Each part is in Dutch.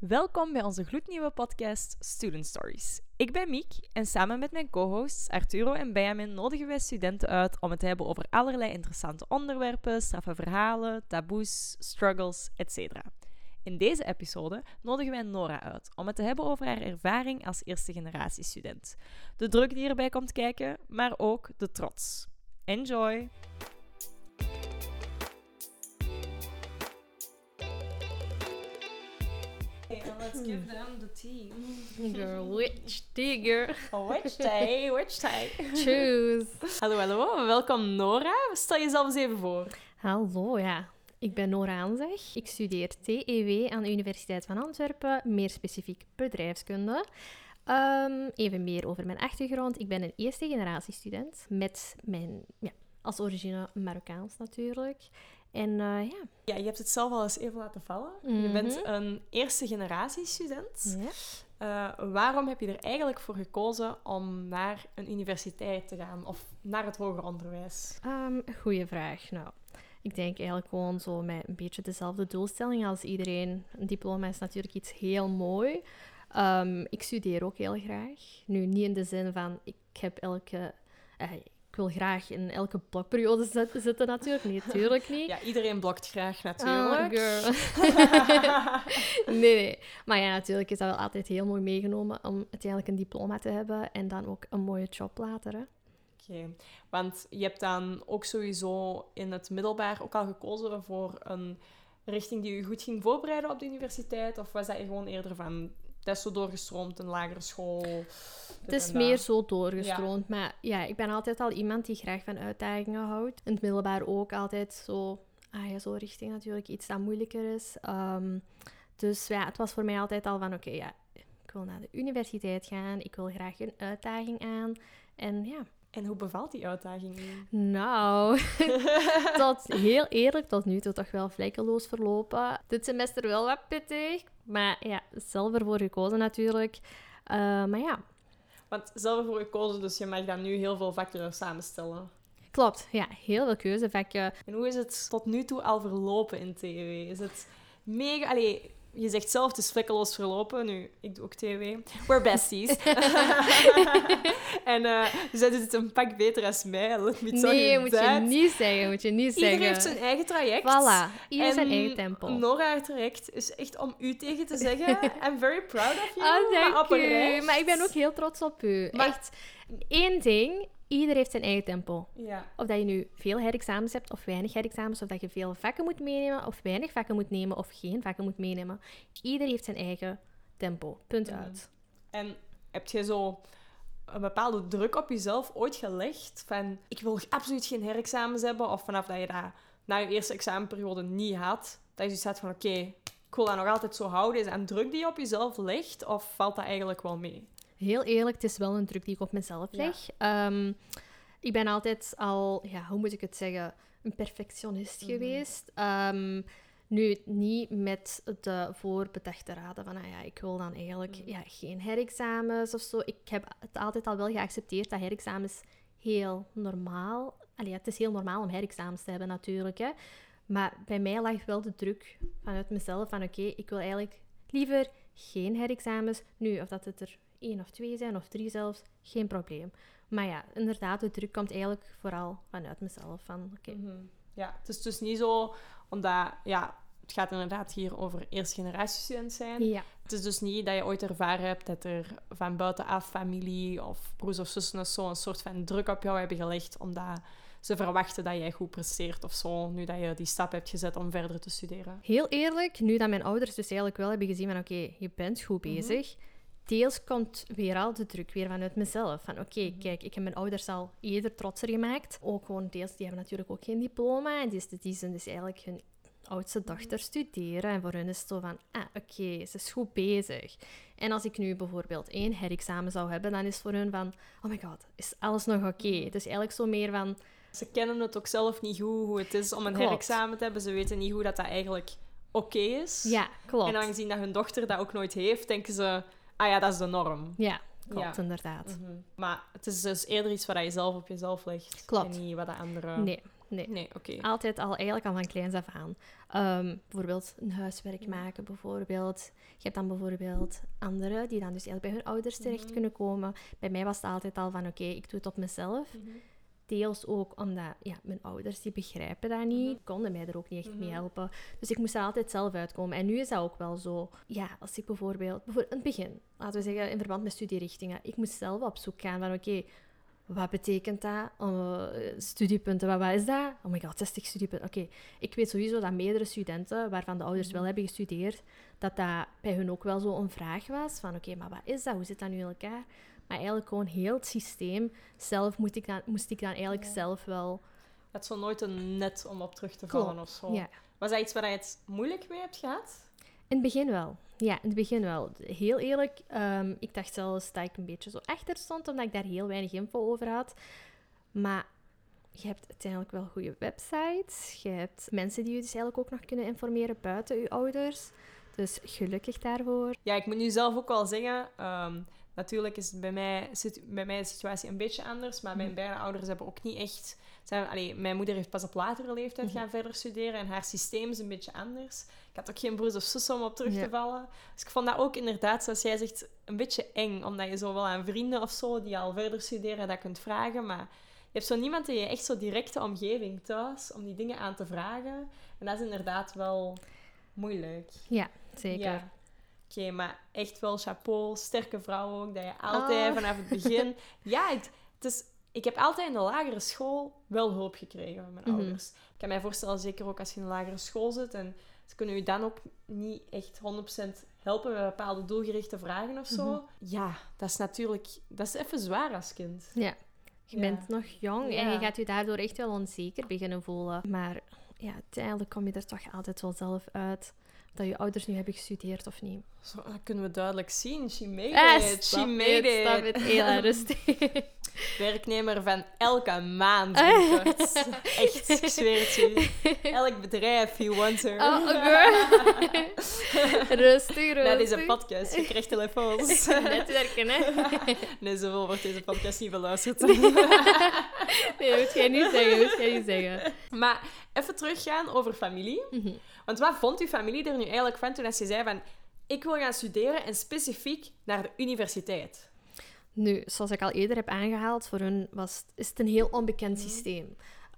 Welkom bij onze gloednieuwe podcast Student Stories. Ik ben Miek en samen met mijn co-hosts Arturo en Benjamin nodigen wij studenten uit om het te hebben over allerlei interessante onderwerpen, straffe verhalen, taboes, struggles, etc. In deze episode nodigen wij Nora uit om het te hebben over haar ervaring als eerste generatie student. De druk die erbij komt kijken, maar ook de trots. Enjoy! Let's give them the tea. Girl, which tea, girl? Oh, which tea? Which tea? Choose. Hallo. Welkom Nora. Stel jezelf eens even voor. Hallo, ja. Ik ben Nora Aanzeg. Ik studeer TEW aan de Universiteit van Antwerpen, meer specifiek bedrijfskunde. Even meer over mijn achtergrond. Ik ben een eerste generatie student met mijn, als origine Marokkaans natuurlijk. En ja, je hebt het zelf al eens even laten vallen. Je bent een eerste generatie student. Ja. Waarom heb je er eigenlijk voor gekozen om naar een universiteit te gaan of naar het hoger onderwijs? Goeie vraag. Nou, ik denk eigenlijk gewoon zo met een beetje dezelfde doelstelling als iedereen. Een diploma is natuurlijk iets heel mooi. Ik studeer ook heel graag. Nu, niet in de zin van, ik wil graag in elke blokperiode zitten natuurlijk. Nee, natuurlijk niet. Ja, iedereen blokt graag natuurlijk. Oh, girl. Nee. Maar ja, natuurlijk is dat wel altijd heel mooi meegenomen om uiteindelijk een diploma te hebben en dan ook een mooie job later. Hè. Oké, want je hebt dan ook sowieso in het middelbaar ook al gekozen voor een richting die je goed ging voorbereiden op de universiteit? Of was dat je gewoon eerder van, dat is zo doorgestroomd, een lagere school? Het is meer zo doorgestroomd. Ja. Maar ja, ik ben altijd al iemand die graag van uitdagingen houdt. In het middelbaar ook altijd zo richting natuurlijk iets dat moeilijker is. Dus ja, het was voor mij altijd al van, ik wil naar de universiteit gaan. Ik wil graag een uitdaging aan. En ja. En hoe bevalt die uitdaging nu? Nou, heel eerlijk, tot nu toe toch wel vlekkeloos verlopen. Dit semester wel wat pittig, maar ja, zelf ervoor gekozen natuurlijk. Maar ja. Want zelf ervoor gekozen, dus je mag dan nu heel veel vakken samenstellen. Klopt, ja, heel veel keuzevakken. En hoe is het tot nu toe al verlopen in TEW? Is het mega... Allee, je zegt zelf, het is vlekkeloos verlopen. Nu, ik doe ook TEW. We're besties. En dus hij doet het een pak beter als mij. Let me tell Nee, you moet that. je niet zeggen. Iedereen heeft zijn eigen traject. Voilà, iedereen zijn eigen tempo. Nora, haar traject is echt om u tegen te zeggen. I'm very proud of you. Oh, dank maar u. Maar ik ben ook heel trots op u. Maar... Echt, één ding... Ieder heeft zijn eigen tempo. Ja. Of dat je nu veel herexamens hebt of weinig herexamens, of dat je veel vakken moet meenemen of weinig vakken moet nemen of geen vakken moet meenemen. Ieder heeft zijn eigen tempo. Punt uit. En heb je zo een bepaalde druk op jezelf ooit gelegd van ik wil absoluut geen herexamens hebben, of vanaf dat je dat na je eerste examenperiode niet had, dat je zoiets had van oké, ik wil dat nog altijd zo houden. Is dat een druk die je op jezelf legt of valt dat eigenlijk wel mee? Heel eerlijk, het is wel een druk die ik op mezelf leg. Ja. Ik ben altijd al, hoe moet ik het zeggen, een perfectionist geweest. Nu, niet met de voorbedachte raden van, ik wil dan eigenlijk geen herexamens of zo. Ik heb het altijd al wel geaccepteerd dat herexamens heel normaal... het is heel normaal om herexamens te hebben natuurlijk, hè. Maar bij mij lag wel de druk vanuit mezelf van, ik wil eigenlijk liever geen herexamens. Nu, of dat het er 1 of 2 zijn, of 3 zelfs, geen probleem. Maar ja, inderdaad, de druk komt eigenlijk vooral vanuit mezelf. Ja, het is dus niet zo, omdat, het gaat inderdaad hier over eerste generatie student zijn. Ja. Het is dus niet dat je ooit ervaren hebt dat er van buitenaf familie of broers of zussen zo een soort van druk op jou hebben gelegd, omdat ze verwachten dat jij goed presteert of zo, nu dat je die stap hebt gezet om verder te studeren. Heel eerlijk, nu dat mijn ouders dus eigenlijk wel hebben gezien van je bent goed bezig... Deels komt weer al de druk weer vanuit mezelf. Van kijk, ik heb mijn ouders al eerder trotser gemaakt. Ook gewoon deels, die hebben natuurlijk ook geen diploma. En die zijn dus eigenlijk hun oudste dochter studeren. En voor hun is het zo van, ze is goed bezig. En als ik nu bijvoorbeeld 1 herexamen zou hebben, dan is het voor hun van, oh my god, is alles nog oké? Het is eigenlijk zo meer van... Ze kennen het ook zelf niet goed, hoe het is om een herexamen te hebben. Ze weten niet hoe dat eigenlijk oké is. Ja, klopt. En aangezien dat hun dochter dat ook nooit heeft, denken ze... dat is de norm. Ja, klopt, inderdaad. Maar het is dus eerder iets wat je zelf op jezelf legt. Klopt. En niet wat de anderen... Nee, Nee. Nee, oké. Altijd eigenlijk al van kleins af aan. Bijvoorbeeld een huiswerk maken, bijvoorbeeld. Je hebt dan bijvoorbeeld anderen die dan dus eigenlijk bij hun ouders terecht kunnen komen. Bij mij was het altijd al van, oké, ik doe het op mezelf. Deels ook omdat, mijn ouders die begrijpen dat niet, konden mij er ook niet echt mee helpen. Dus ik moest er altijd zelf uitkomen. En nu is dat ook wel zo. Ja, als ik bijvoorbeeld in het begin, laten we zeggen, in verband met studierichtingen, ik moest zelf op zoek gaan van, oké, wat betekent dat? Studiepunten, wat is dat? Oh my god, 60 studiepunten. Oké, ik weet sowieso dat meerdere studenten, waarvan de ouders wel hebben gestudeerd, dat bij hun ook wel zo een vraag was van, oké, maar wat is dat? Hoe zit dat nu in elkaar? Maar eigenlijk gewoon heel het systeem zelf moest ik dan eigenlijk zelf wel... Het is zo nooit een net om op terug te vallen of zo. Ja. Was dat iets waar je het moeilijk mee hebt gehad? In het begin wel. Ja, in het begin wel. Heel eerlijk, ik dacht zelfs dat ik een beetje zo achter stond, omdat ik daar heel weinig info over had. Maar je hebt uiteindelijk wel goede websites. Je hebt mensen die je dus eigenlijk ook nog kunnen informeren buiten je ouders. Dus gelukkig daarvoor. Ja, ik moet nu zelf ook wel zeggen... natuurlijk is het bij mij de situatie een beetje anders, maar mijn beide ouders hebben ook niet echt... mijn moeder heeft pas op latere leeftijd gaan verder studeren en haar systeem is een beetje anders. Ik had ook geen broers of zussen om op terug te vallen. Dus ik vond dat ook inderdaad, zoals jij zegt, een beetje eng, omdat je zo wel aan vrienden of zo die al verder studeren dat kunt vragen, maar je hebt zo niemand in je echt zo directe omgeving thuis om die dingen aan te vragen. En dat is inderdaad wel moeilijk. Ja, zeker. Ja. Oké, maar echt wel chapeau. Sterke vrouw ook, dat je altijd vanaf het begin... Ja, ik heb altijd in de lagere school wel hulp gekregen van mijn ouders. Ik kan mij voorstellen, zeker ook als je in een lagere school zit en ze kunnen je dan ook niet echt 100% helpen met bepaalde doelgerichte vragen of zo. Ja, dat is natuurlijk... Dat is even zwaar als kind. Ja, je bent nog jong en je gaat je daardoor echt wel onzeker beginnen voelen. Maar ja, uiteindelijk kom je er toch altijd wel zelf uit. Dat je ouders nu hebben gestudeerd of niet. Zo, dat kunnen we duidelijk zien. She made it. She made it. Stop it. Heel rustig. Werknemer van elke maand. Echt, ik zweer het je. Elk bedrijf, you want her. Oh, girl. Rustig. Na deze podcast, je krijgt telefoons. Netwerken, hè? Nee, zoveel wordt deze podcast niet beluisterd. Nee, dat moet jij niet zeggen. Maar even teruggaan over familie. Want wat vond uw familie er nu eigenlijk van toen als je zei van... Ik wil gaan studeren en specifiek naar de universiteit? Nu, zoals ik al eerder heb aangehaald, voor hun is het een heel onbekend systeem.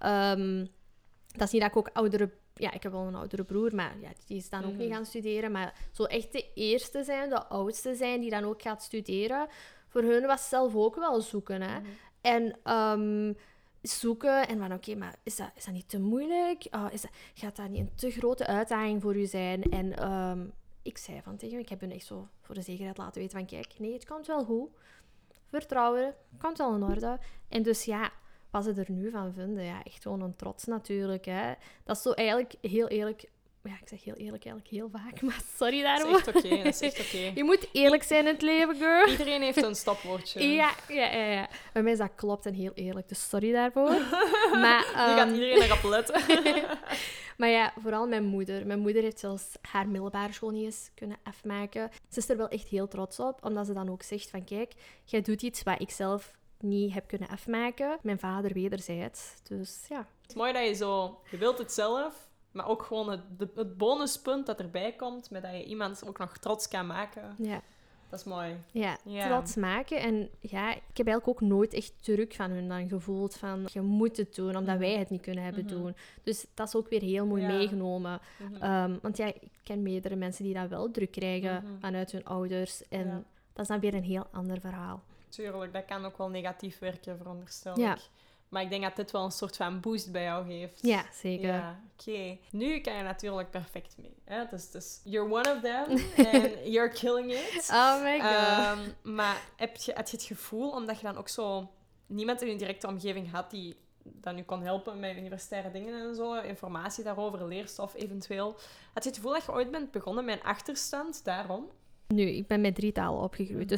Dat is niet dat ik ook oudere... Ja, ik heb wel een oudere broer, maar ja, die is dan ook niet gaan studeren. Maar zo echt de eerste zijn, de oudste zijn, die dan ook gaat studeren. Voor hun was het zelf ook wel zoeken, hè. En... zoeken en van oké, maar is dat niet te moeilijk? Gaat dat niet een te grote uitdaging voor u zijn? En ik zei van tegen hem, ik heb hem echt zo voor de zekerheid laten weten van kijk, nee, het komt wel goed. Vertrouwen, het komt wel in orde. En dus ja, wat ze er nu van vinden, ja, echt gewoon een trots natuurlijk. Hè. Dat is zo eigenlijk heel eerlijk... Ja, ik zeg heel eerlijk eigenlijk heel vaak, maar sorry daarvoor. Dat is echt oké. Je moet eerlijk zijn in het leven, girl. Iedereen heeft een stopwoordje. Ja. Bij mij is dat klopt en heel eerlijk, dus sorry daarvoor. Maar, nu gaat iedereen erop letten. Maar ja, vooral mijn moeder. Mijn moeder heeft zelfs haar middelbare school niet eens kunnen afmaken. Ze is er wel echt heel trots op, omdat ze dan ook zegt van kijk, jij doet iets wat ik zelf niet heb kunnen afmaken. Mijn vader wederzijds. Dus ja. Het is mooi dat je wilt het zelf... Maar ook gewoon het bonuspunt dat erbij komt, met dat je iemand ook nog trots kan maken. Ja. Dat is mooi. Ja, trots maken. En ja, ik heb eigenlijk ook nooit echt druk van hun dan gevoeld van je moet het doen, omdat wij het niet kunnen hebben doen. Dus dat is ook weer heel mooi meegenomen. Want ja, ik ken meerdere mensen die dat wel druk krijgen vanuit hun ouders. En dat is dan weer een heel ander verhaal. Tuurlijk, dat kan ook wel negatief werken, veronderstel ik. Ja. Maar ik denk dat dit wel een soort van boost bij jou geeft. Ja, zeker. Ja, oké. Nu kan je natuurlijk perfect mee. Hè? Dus you're one of them and you're killing it. Oh my god. Maar had je het gevoel, omdat je dan ook zo niemand in je directe omgeving had die dat nu kon helpen met universitaire dingen en zo, informatie daarover, leerstof eventueel, had je het gevoel dat je ooit bent begonnen met een achterstand daarom? Nu, ik ben met 3 talen opgegroeid, dus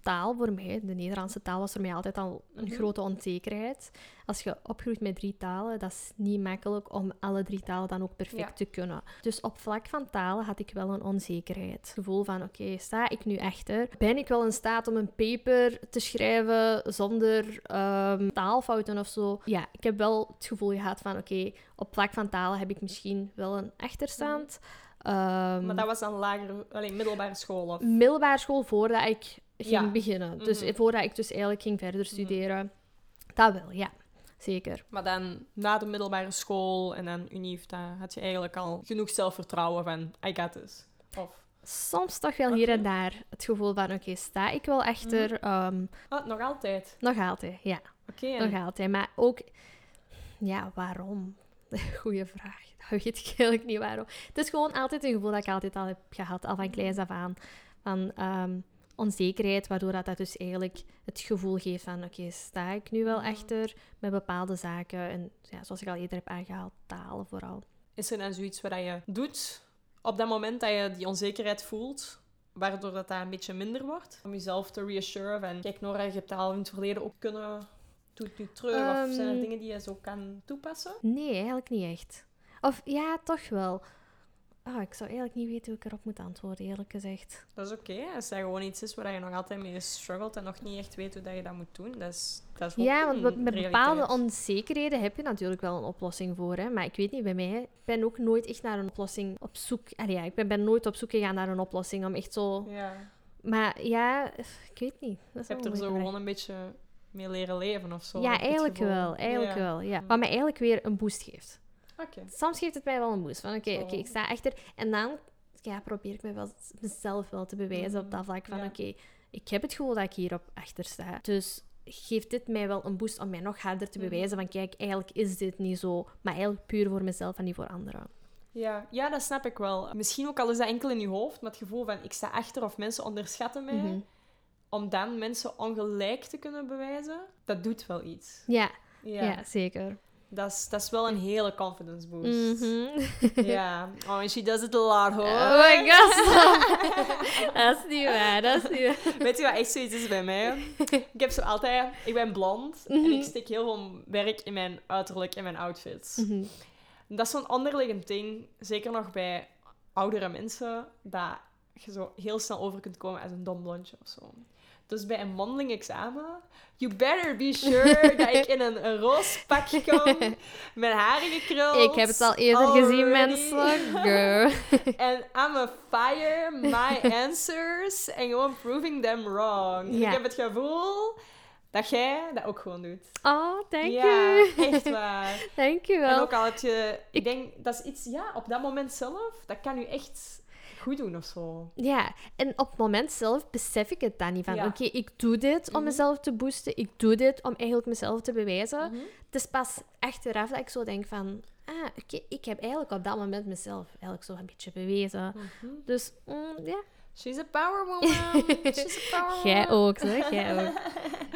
taal voor mij, de Nederlandse taal, was voor mij altijd al een grote onzekerheid. Als je opgroeit met 3 talen, dat is niet makkelijk om alle 3 talen dan ook perfect te kunnen. Dus op vlak van talen had ik wel een onzekerheid. Het gevoel van, oké, sta ik nu achter? Ben ik wel in staat om een paper te schrijven zonder taalfouten of zo? Ja, ik heb wel het gevoel gehad van, oké, op vlak van talen heb ik misschien wel een achterstand. Maar dat was dan middelbare school? Of? Middelbare school voordat ik ging beginnen. Dus voordat ik dus eigenlijk ging verder studeren. Dat wel, ja. Zeker. Maar dan na de middelbare school en dan unie, had je eigenlijk al genoeg zelfvertrouwen van, I got this. Of... Soms toch wel hier en daar het gevoel van, oké, sta ik wel achter? Nog altijd? Nog altijd, ja. Oké. Nog altijd. Maar ook, ja, waarom? Goeie vraag. Dat weet ik eigenlijk niet waarom. Het is gewoon altijd een gevoel dat ik altijd al heb gehad, al van kleins af aan. Van onzekerheid, waardoor dat dus eigenlijk het gevoel geeft van, oké, sta ik nu wel achter met bepaalde zaken? En ja, zoals ik al eerder heb aangehaald, talen vooral. Is er dan zoiets wat je doet op dat moment dat je die onzekerheid voelt, waardoor dat een beetje minder wordt? Om jezelf te reassuren van, kijk Nora, je hebt dat al in het verleden ook kunnen... Doe het nu terug? Of zijn er dingen die je zo kan toepassen? Nee, eigenlijk niet echt. Of ja, toch wel. Ik zou eigenlijk niet weten hoe ik erop moet antwoorden, eerlijk gezegd. Dat is oké. Als dat gewoon iets is waar je nog altijd mee struggelt en nog niet echt weet hoe dat je dat moet doen, dat is ook ja, want met realiteit. bepaalde onzekerheden heb je natuurlijk wel een oplossing voor. Hè? Maar ik weet niet, bij mij, ik ben ook nooit echt naar een oplossing op zoek... ik ben nooit op zoek gegaan naar een oplossing om echt zo... Ja. Maar ja, ik weet niet. Je hebt er zo gewoon een beetje mee leren leven of zo. Ja, eigenlijk wel. Ja. Wat mij eigenlijk weer een boost geeft. Okay. Soms geeft het mij wel een boost. Van oké, ik sta achter. En dan probeer ik mezelf wel te bewijzen op dat vlak van oké, ik heb het gevoel dat ik hierop achter sta. Dus geeft dit mij wel een boost om mij nog harder te bewijzen van kijk, eigenlijk is dit niet zo, maar eigenlijk puur voor mezelf en niet voor anderen. Ja, dat snap ik wel. Misschien ook al is dat enkel in je hoofd, maar het gevoel van ik sta achter of mensen onderschatten mij, om dan mensen ongelijk te kunnen bewijzen, dat doet wel iets. Ja, zeker. Dat is wel een hele confidence boost. Ja. Oh, and she does it a lot, hoor. Oh my god. Dat is niet waar, Weet je wat echt zoiets is bij mij? Ik heb zo altijd... Ik ben blond en ik steek heel veel werk in mijn uiterlijk en mijn outfits. Dat is zo'n onderliggend ding, zeker nog bij oudere mensen, dat je zo heel snel over kunt komen als een dom blondje of zo. Dus bij een mondeling examen, you better be sure dat ik in een roze pak kom, mijn haren gekruld. Ik heb het al eerder gezien, mensen. Girl. En I'm a fire, my answers, en gewoon proving them wrong. Ja. Ik heb het gevoel dat jij dat ook gewoon doet. Oh, thank you. Ja, echt waar. Dank je wel. En ook al heb je... Ik denk, dat is iets, op dat moment zelf, dat kan u echt... goed doen of zo. Ja, en op het moment zelf besef ik het dan niet van... Oké, ik doe dit om mezelf te boosten. Ik doe dit om eigenlijk mezelf te bewijzen. Het is pas achteraf dat ik zo denk van... Oké, ik heb eigenlijk op dat moment mezelf eigenlijk zo een beetje bewezen. Dus, ja. She's a power woman. She's a power woman. Jij ook, hè? Jij ook.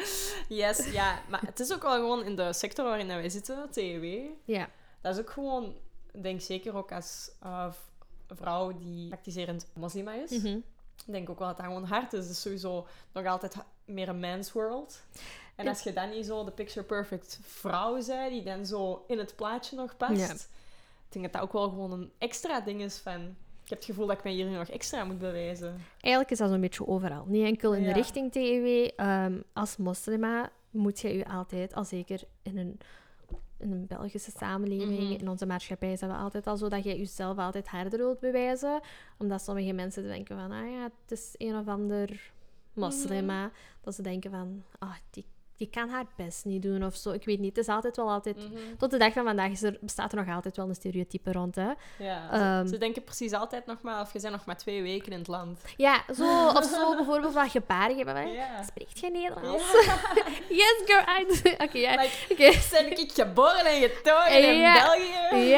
Yes, ja. Maar het is ook wel gewoon in de sector waarin wij zitten, TEW. Ja. Dat is ook gewoon... Ik denk zeker ook als... vrouw die praktiserend moslima is. Ik denk ook wel dat dat gewoon hard is. Het is sowieso nog altijd meer een man's world. En als je dan niet zo de picture perfect vrouw bent, die dan zo in het plaatje nog past, ik denk dat dat ook wel gewoon een extra ding is van... Ik heb het gevoel dat ik mij hier nog extra moet bewijzen. Eigenlijk is dat zo'n beetje overal. Niet enkel in de richting TEW. Als moslima moet je je altijd, al zeker in een Belgische samenleving, in onze maatschappij, is dat altijd al zo dat je jezelf altijd harder wilt bewijzen. Omdat sommige mensen denken van, het is een of ander moslima. Dat ze denken van, die kan haar best niet doen of zo. Ik weet niet. Het is altijd... Tot de dag van vandaag bestaat er nog altijd wel een stereotype rond, hè. Ja, ze denken precies altijd nog maar, of je bent nog maar 2 weken in het land. Ja, of zo bijvoorbeeld wat gebaren geven. Spreekt jij Nederlands? Yes, girl, I do. Oké. Ben ik geboren en getogen in België?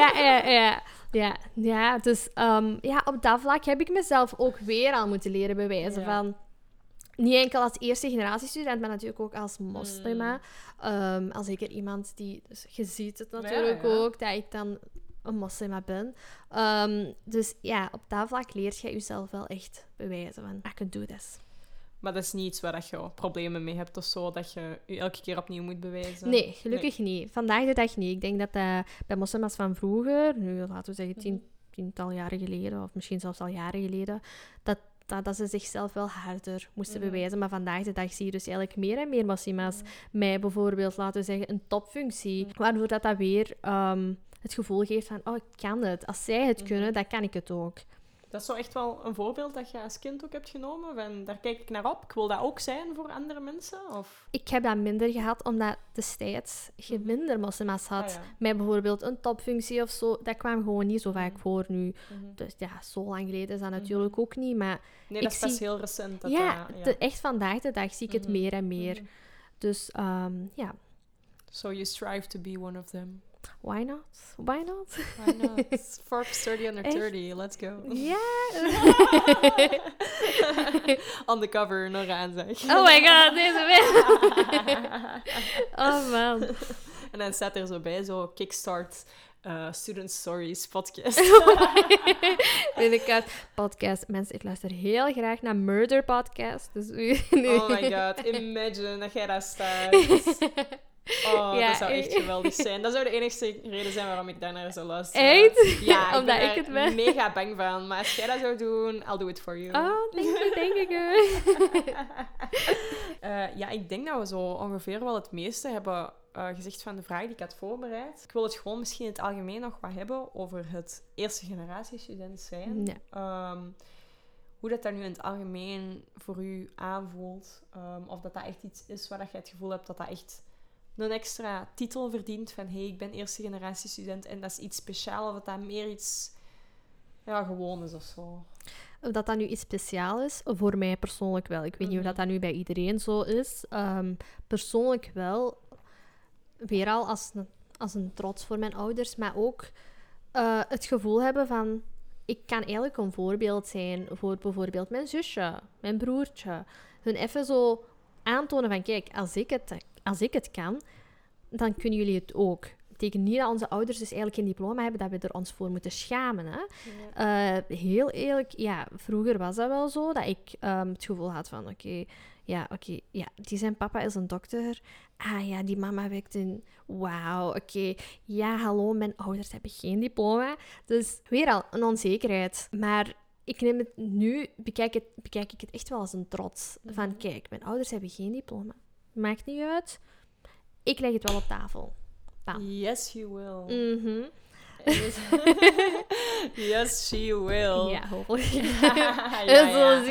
Ja. Dus op dat vlak heb ik mezelf ook weer al moeten leren bewijzen van... Niet enkel als eerste generatie student, maar natuurlijk ook als moslima. Als zeker iemand die... Dus je ziet het natuurlijk ook, dat ik dan een moslima ben. Dus ja, op dat vlak leert je jezelf wel echt bewijzen van... I can do this. Maar dat is niet iets waar dat je problemen mee hebt of zo, dat je je elke keer opnieuw moet bewijzen. Nee, gelukkig niet. Vandaag de dag niet. Ik denk dat dat bij moslims van vroeger, nu laten we zeggen tiental jaren geleden, of misschien zelfs al jaren geleden, dat ze zichzelf wel harder moesten bewijzen. Maar vandaag de dag zie je dus eigenlijk meer en meer moslims met bijvoorbeeld, laten we zeggen, een topfunctie. Waardoor dat weer het gevoel geeft van, oh, ik kan het. Als zij het kunnen, dan kan ik het ook. Dat is zo echt wel een voorbeeld dat je als kind ook hebt genomen. Van, daar kijk ik naar op. Ik wil dat ook zijn voor andere mensen. Of... Ik heb dat minder gehad, omdat destijds je minder moslims had. Ah, ja. Met bijvoorbeeld een topfunctie of zo. Dat kwam gewoon niet zo vaak voor nu. Dus ja, zo lang geleden is dat natuurlijk ook niet. Maar nee, dat is pas heel recent. Dat echt vandaag de dag zie ik het meer en meer. Dus ja. So you strive to be one of them. Why not? Why not? Why not? Forbes 30 under 30, let's go. Ja. On the cover, nog aan zeg. Oh my god, deze weer. Oh man. En dan staat er zo bij, zo kickstart Student Stories podcast. Binnenkort podcast. Mensen, ik luister heel graag naar murder podcast. Dus Oh my god, imagine dat jij daar staat. Oh, ja, dat zou echt geweldig zijn. Dat zou de enige reden zijn waarom ik daarnaar zou luisteren. Echt? Ja, omdat ik het ben. Mega bang van. Maar als jij dat zou doen, I'll do it for you. Oh, denk ik. Ja, ik denk dat we zo ongeveer wel het meeste hebben gezegd van de vraag die ik had voorbereid. Ik wil het gewoon misschien in het algemeen nog wat hebben over het eerste generatie student zijn. Ja. Hoe dat nu in het algemeen voor u aanvoelt. Of dat echt iets is waar je het gevoel hebt dat dat echt een extra titel verdient van hey, ik ben eerste generatie student en dat is iets speciaals of dat dat meer iets gewoon is of zo. Of dat nu iets speciaals is, voor mij persoonlijk wel. Ik weet niet of dat nu bij iedereen zo is. Persoonlijk wel, weer al als een trots voor mijn ouders, maar ook het gevoel hebben van ik kan eigenlijk een voorbeeld zijn voor bijvoorbeeld mijn zusje, mijn broertje. Hun even zo aantonen van kijk, als ik het kan, dan kunnen jullie het ook. Dat betekent niet dat onze ouders dus eigenlijk geen diploma hebben, dat we er ons voor moeten schamen. Hè? Ja. Heel eerlijk, ja, vroeger was dat wel zo, dat ik het gevoel had van oké, die zijn papa is een dokter. Ah ja, die mama werkt in... Wauw, oké. Ja, hallo, mijn ouders hebben geen diploma. Dus weer al een onzekerheid. Maar ik neem het nu, bekijk ik het echt wel als een trots. Van kijk, mijn ouders hebben geen diploma. Maakt niet uit. Ik leg het wel op tafel. Bam. Yes, you will. Mhm. Yes, she will. Ja, hopelijk. Ja.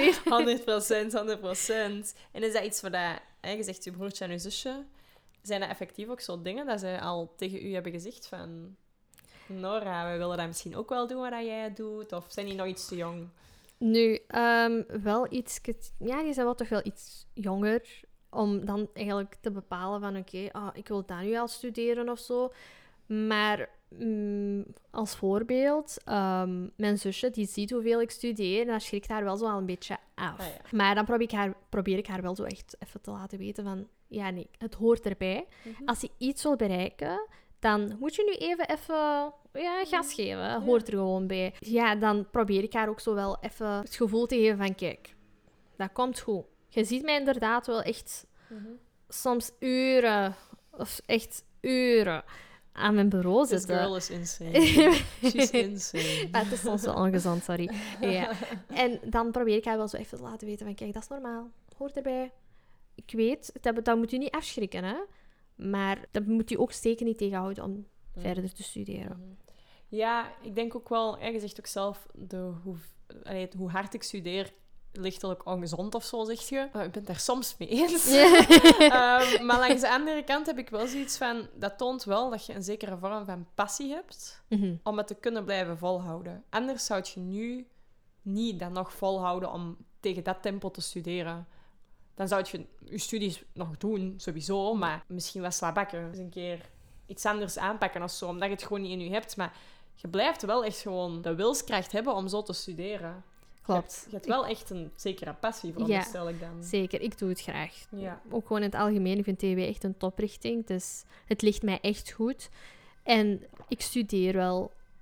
100%. En is dat iets wat je zegt, je broertje en je zusje, zijn dat effectief ook zo dingen dat ze al tegen u hebben gezegd van Nora, we willen dat misschien ook wel doen wat jij het doet? Of zijn die nog iets te jong? Nu, wel iets... Ja, die zijn wel toch wel iets jonger om dan eigenlijk te bepalen van oké, ik wil dat nu al studeren of zo. Maar als voorbeeld, mijn zusje, die ziet hoeveel ik studeer en dat schrikt haar wel zo al een beetje af. Ah, ja. Maar dan probeer ik haar wel zo echt even te laten weten van ja, nee, het hoort erbij. Mm-hmm. Als je iets wil bereiken, dan moet je nu even gas geven. Dat hoort er gewoon bij. Ja, dan probeer ik haar ook zo wel even het gevoel te geven van kijk, dat komt goed. Je ziet mij inderdaad wel echt soms uren, of echt uren aan mijn bureau zitten. This girl is insane. She's insane. Maar het is soms wel ongezond, sorry. Ja. En dan probeer ik haar wel zo even te laten weten van kijk, dat is normaal. Hoort erbij. Ik weet, dat moet u niet afschrikken, hè. Maar dat moet u ook zeker niet tegenhouden om verder te studeren. Ja, ik denk ook wel, je zegt ook zelf, hoe hard ik studeer, lichtelijk ongezond of zo, zeg je. Ik ben daar soms mee eens. Maar langs de andere kant heb ik wel zoiets van, dat toont wel dat je een zekere vorm van passie hebt om het te kunnen blijven volhouden. Anders zou je nu niet dan nog volhouden om tegen dat tempo te studeren. Dan zou je je studies nog doen, sowieso, maar misschien wat slabakken. Dus een keer iets anders aanpakken of zo, omdat je het gewoon niet in je hebt. Maar je blijft wel echt gewoon de wilskracht hebben om zo te studeren. Klopt. Je hebt wel echt een zekere passie, veronderstel ik dan. Zeker. Ik doe het graag. Ja. Ook gewoon in het algemeen. Ik vind TW echt een toprichting. Dus het ligt mij echt goed. En ik studeer wel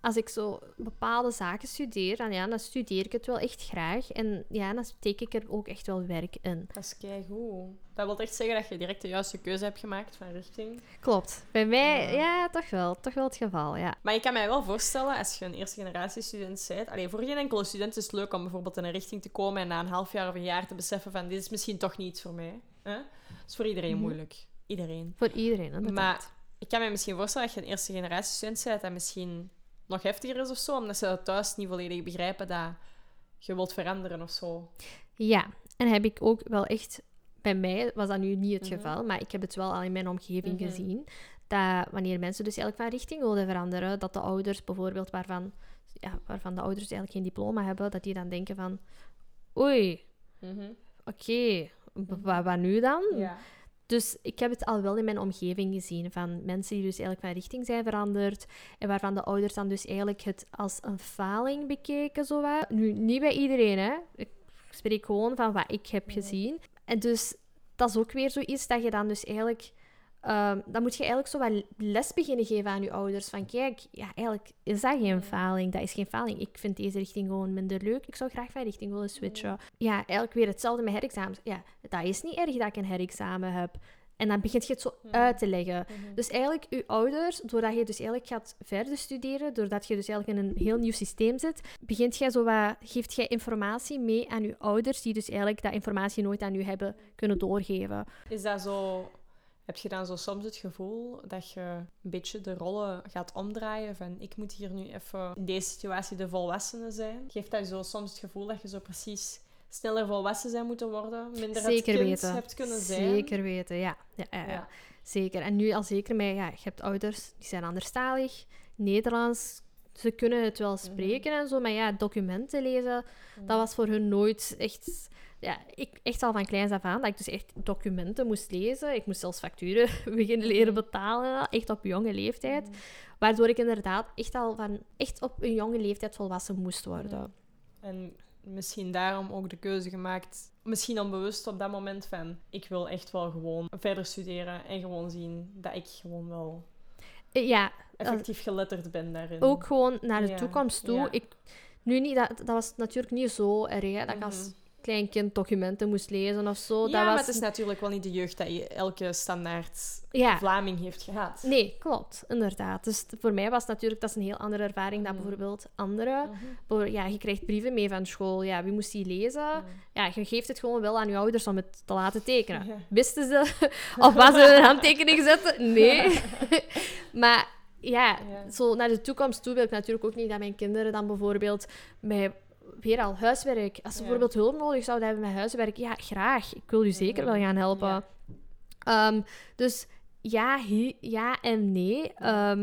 als ik zo bepaalde zaken studeer, dan studeer ik het wel echt graag. En ja, dan steek ik er ook echt wel werk in. Dat is keigoed. Dat wil echt zeggen dat je direct de juiste keuze hebt gemaakt van richting. Klopt. Bij mij, ja, toch wel. Toch wel het geval, ja. Maar je kan mij wel voorstellen, als je een eerste generatie student bent... Allee, voor geen enkele student is het leuk om bijvoorbeeld in een richting te komen en na een half jaar of een jaar te beseffen van dit is misschien toch niet iets voor mij. Hè? Dat is voor iedereen moeilijk. Iedereen. Voor iedereen, inderdaad. Maar ik kan me misschien voorstellen dat je een eerste generatie student bent, dat misschien nog heftiger is of zo, omdat ze dat thuis niet volledig begrijpen dat je wilt veranderen of zo. Ja, en heb ik ook wel echt... Bij mij was dat nu niet het geval, maar ik heb het wel al in mijn omgeving gezien. Dat wanneer mensen dus eigenlijk van richting wilden veranderen, dat de ouders bijvoorbeeld waarvan de ouders eigenlijk geen diploma hebben, dat die dan denken van... Oei, oké, wat nu dan? Ja. Dus ik heb het al wel in mijn omgeving gezien van mensen die dus eigenlijk van richting zijn veranderd en waarvan de ouders dan dus eigenlijk het als een faling bekeken. Zowat. Nu, niet bij iedereen, hè. Ik spreek gewoon van wat ik heb gezien. En dus dat is ook weer zoiets dat je dan dus eigenlijk... dan moet je eigenlijk zo wat les beginnen geven aan je ouders. Van kijk, ja, eigenlijk is dat geen faling. Dat is geen faling. Ik vind deze richting gewoon minder leuk. Ik zou graag van richting willen switchen. Ja, eigenlijk weer hetzelfde met herexamens. Ja, dat is niet erg dat ik een herexamen heb. En dan begint je het zo uit te leggen. Dus eigenlijk, je ouders, doordat je dus eigenlijk gaat verder studeren, doordat je dus eigenlijk in een heel nieuw systeem zit, geeft jij informatie mee aan je ouders, die dus eigenlijk dat informatie nooit aan je hebben kunnen doorgeven. Is dat zo... Heb je dan zo soms het gevoel dat je een beetje de rollen gaat omdraaien van ik moet hier nu even in deze situatie de volwassene zijn? Geeft dat je zo soms het gevoel dat je zo precies sneller volwassen zijn moeten worden? Minder Zeker het kind weten. hebt kunnen zijn? Zeker weten, ja. Ja. Zeker. En nu al zeker met, je hebt ouders die zijn anderstalig, Nederlands. Ze kunnen het wel spreken en zo, maar ja, documenten lezen, dat was voor hun nooit echt... Ja, ik echt al van kleins af aan, dat ik dus echt documenten moest lezen. Ik moest zelfs facturen beginnen leren betalen, echt op jonge leeftijd. Waardoor ik inderdaad echt op een jonge leeftijd volwassen moest worden. En misschien daarom ook de keuze gemaakt, misschien onbewust op dat moment van ik wil echt wel gewoon verder studeren en gewoon zien dat ik gewoon wel effectief geletterd ben daarin. Ook gewoon naar de toekomst toe. Ja. Dat was natuurlijk niet zo erg, hè, dat ik als klein kind documenten moest lezen of zo. Maar het is natuurlijk wel niet de jeugd dat je elke standaard Vlaming heeft gehad. Nee, klopt, inderdaad. Dus voor mij was natuurlijk, dat is een heel andere ervaring dan bijvoorbeeld anderen. Ja, je krijgt brieven mee van school. Ja, wie moest die lezen? Ja, je geeft het gewoon wel aan je ouders om het te laten tekenen. Ja. Wisten ze? Of was er een handtekening zetten? Nee. Maar ja, zo naar de toekomst toe wil ik natuurlijk ook niet dat mijn kinderen dan bijvoorbeeld weer al huiswerk. Als ze bijvoorbeeld hulp nodig zouden hebben met huiswerk, ja, graag. Ik wil u zeker wel gaan helpen. Dus ja en nee.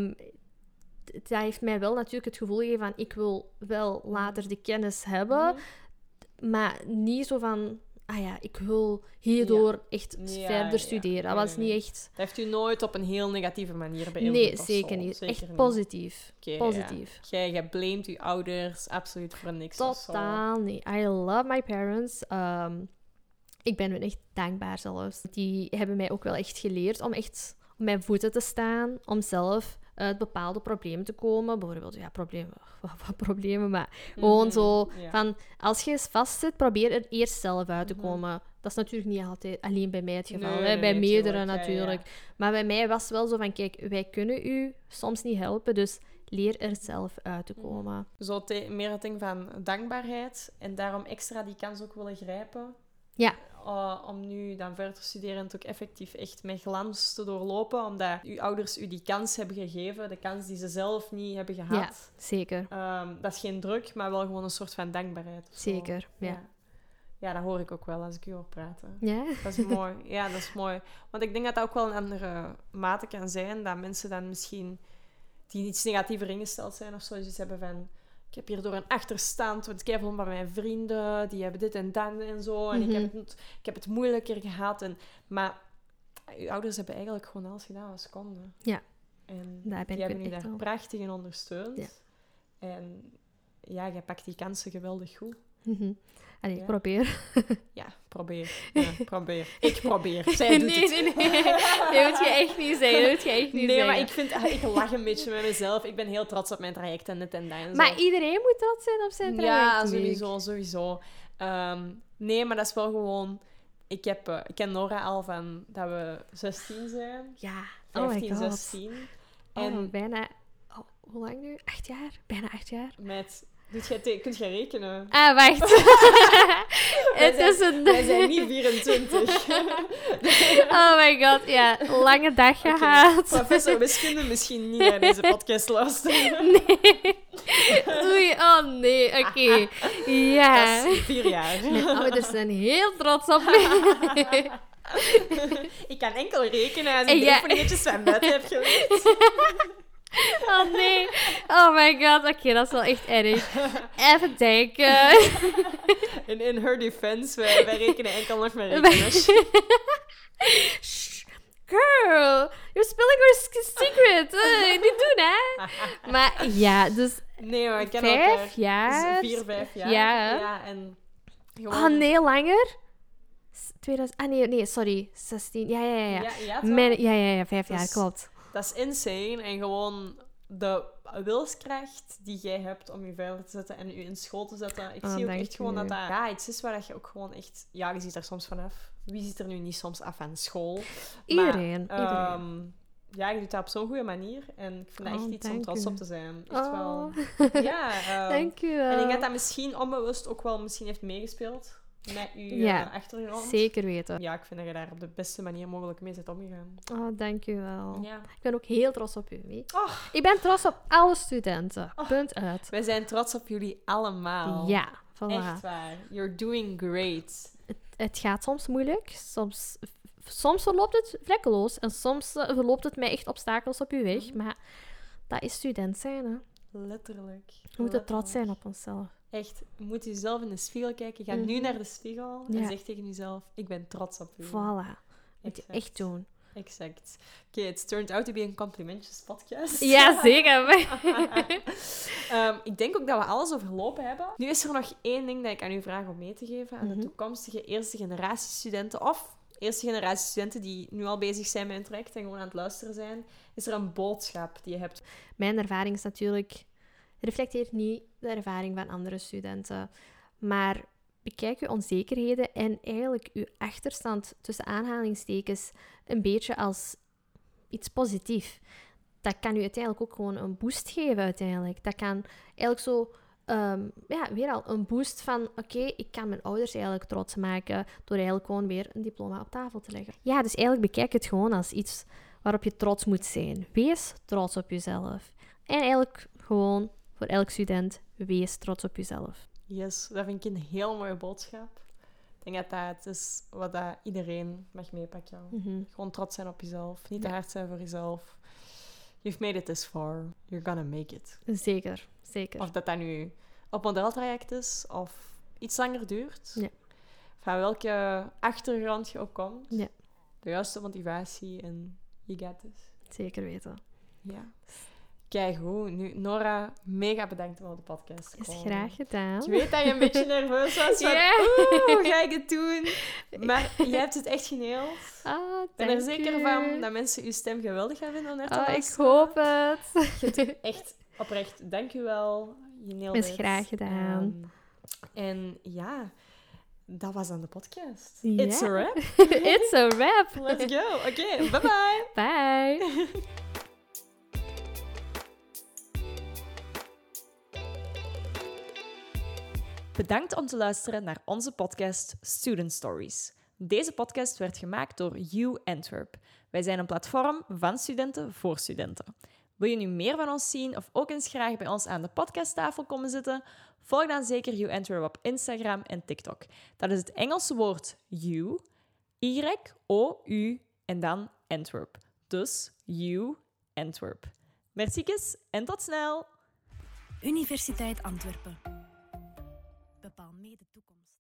Dat heeft mij wel natuurlijk het gevoel gegeven van ik wil wel later de kennis hebben, maar niet zo van ik wil hierdoor echt verder studeren. Dat was niet echt... Dat heeft u nooit op een heel negatieve manier beïnvloed? Nee, zeker niet. Zeker echt niet. Positief. Okay, positief. Ja. Jij blamet uw ouders absoluut voor niks. Totaal niet. I love my parents. Ik ben hun echt dankbaar zelfs. Die hebben mij ook wel echt geleerd om echt op mijn voeten te staan, om zelf uit bepaalde problemen te komen. Bijvoorbeeld, problemen, maar gewoon zo van, als je vastzit, probeer er eerst zelf uit te komen. Dat is natuurlijk niet altijd alleen bij mij het geval, bij meerdere natuurlijk. Ja. Maar bij mij was het wel zo van, kijk, wij kunnen u soms niet helpen, dus leer er zelf uit te komen. Zo meer het ding van dankbaarheid en daarom extra die kans ook willen grijpen. Ja. Om nu dan verder te studeren en het ook effectief echt met glans te doorlopen, omdat uw ouders u die kans hebben gegeven, de kans die ze zelf niet hebben gehad. Ja, zeker. Dat is geen druk, maar wel gewoon een soort van dankbaarheid. Zeker, ja. Ja, dat hoor ik ook wel als ik u hoor praten. Ja? Dat is mooi. Ja, dat is mooi. Want ik denk dat dat ook wel een andere mate kan zijn, dat mensen dan misschien die iets negatiever ingesteld zijn of zo, dus hebben van... Ik heb hierdoor een achterstand, want ik heb van mijn vrienden, die hebben dit en dat en zo. En ik heb het moeilijker gehad. Maar uw ouders hebben eigenlijk gewoon alles gedaan wat ze konden. Ja. En die hebben je daar prachtig in ondersteund. Ja. En ja, jij pakt die kansen geweldig goed. Allee, Ja. ik probeer. Ja, probeer. Ja, probeer. Ik probeer. Zij doet het. Nee. Dat moet je echt niet zeggen. Nee, maar ik lach een beetje met mezelf. Ik ben heel trots op mijn traject en dit en dat en zo. Maar iedereen moet trots zijn op zijn traject. Ja, Miek. sowieso. Nee, maar dat is wel gewoon... Ik ken Nora al van dat we 16 zijn. Ja. 15, oh my god. 16. En En bijna... hoe lang nu? 8 jaar? Bijna 8 jaar. met... Kunt jij rekenen? Ah, wacht. Het is een... Wij zijn niet 24. Oh my god, ja. Lange dag gehad. Professor Wiskunde misschien niet naar deze podcast luisteren. Nee. Oei, oh nee. Oké. Ja. Dat is 4 jaar. Mijn ouders zijn heel trots op mij. Ik kan enkel rekenen als ik Ja. oefeningetjes van buiten heb geleerd. Oh nee. Oh my god. Oké, dat is wel echt erg. Even denken. In her defense, wij rekenen enkel nog met rekeners. Shh. Girl, you're spilling our secret. Niet doen, hè? Maar ja, dus Nee, maar ik ken elkaar. 5 jaar. 4, 5 jaar. Ja. Ja, en gewoon... Oh nee, langer? 2000... Ah nee, sorry. 16. Ja. Ja, toch? Ja, 5 jaar, Dus- klopt. Dat is insane. En gewoon de wilskracht die jij hebt om je verder te zetten en je in school te zetten. Ik Oh, zie ook dank echt gewoon u. dat iets is waar je ook gewoon echt... Ja, je ziet er soms vanaf. Wie ziet er nu niet soms af aan school? Iedereen. Ja, je doet dat op zo'n goede manier. En ik vind dat echt Oh, iets om dank trots u. op te zijn. Echt wel. Oh. Ja. Dank u wel. En ik denk dat dat misschien onbewust ook wel misschien heeft meegespeeld met je Ja, achtergrond. Zeker weten. Ja, ik vind dat je daar op de beste manier mogelijk mee bent omgegaan. Oh, dank u wel. Ja. Ik ben ook heel trots op u, Miek. Oh. Ik ben trots op alle studenten. Oh. Punt uit. Wij zijn trots op jullie allemaal. Ja, voilà. Echt waar. You're doing great. Het gaat soms moeilijk. Soms verloopt het vlekkeloos. En soms verloopt het met echt obstakels op je weg. Maar dat is student zijn, hè. Letterlijk. We moeten trots zijn op onszelf. Echt, je moet jezelf in de spiegel kijken. Ga Mhm. nu naar de spiegel en Ja. zeg tegen jezelf, ik ben trots op u. Voilà. Moet je echt doen. Exact. Oké, it's turned out to be een complimentjes podcast. Ja, zeker. Ik denk ook dat we alles overlopen hebben. Nu is er nog één ding dat ik aan u vraag om mee te geven aan de Mhm. toekomstige eerste generatie studenten of eerste generatie studenten die nu al bezig zijn met hun traject en gewoon aan het luisteren zijn. Is er een boodschap die je hebt? Mijn ervaring is natuurlijk... reflecteert niet de ervaring van andere studenten. Maar bekijk uw onzekerheden en eigenlijk uw achterstand tussen aanhalingstekens een beetje als iets positiefs. Dat kan u uiteindelijk ook gewoon een boost geven uiteindelijk. Dat kan eigenlijk zo... weer al een boost van... Oké, ik kan mijn ouders eigenlijk trots maken door eigenlijk gewoon weer een diploma op tafel te leggen. Ja, dus eigenlijk bekijk het gewoon als iets waarop je trots moet zijn. Wees trots op jezelf. En eigenlijk gewoon voor elk student, wees trots op jezelf. Yes, dat vind ik een heel mooie boodschap. Ik denk dat dat het is wat dat iedereen mag meepakken. Gewoon trots zijn op jezelf. Niet te hard zijn voor jezelf. You've made it this far. You're gonna make it. Zeker, zeker. Of dat nu op modeltraject is of iets langer duurt. Ja. Van welke achtergrond je ook komt. Ja. De juiste motivatie en you got this. Zeker weten. Ja. Kijk goed. Nu, Nora, mega bedankt om op de podcast te Is komen. graag gedaan. Ik weet dat je een beetje nerveus was. Van, Ja. hoe ga ik het doen? Maar je hebt het echt geneeld. Ah, Ik ben er dank zeker u. van dat mensen uw stem geweldig gaan vinden om naar te Ik luisteren. hoop het. Echt oprecht, dank u wel. Je neelde Is het. graag gedaan. En ja, dat was dan de podcast. Ja. It's a wrap. It's a wrap. Let's go. Oké, bye-bye. Bye. Bedankt om te luisteren naar onze podcast Student Stories. Deze podcast werd gemaakt door U Antwerp. Wij zijn een platform van studenten voor studenten. Wil je nu meer van ons zien of ook eens graag bij ons aan de podcasttafel komen zitten? Volg dan zeker U Antwerp op Instagram en TikTok. Dat is het Engelse woord U, Y-O-U en dan Antwerp. Dus U Antwerp. Merciekes en tot snel! Universiteit Antwerpen. Bepaal mee de toekomst.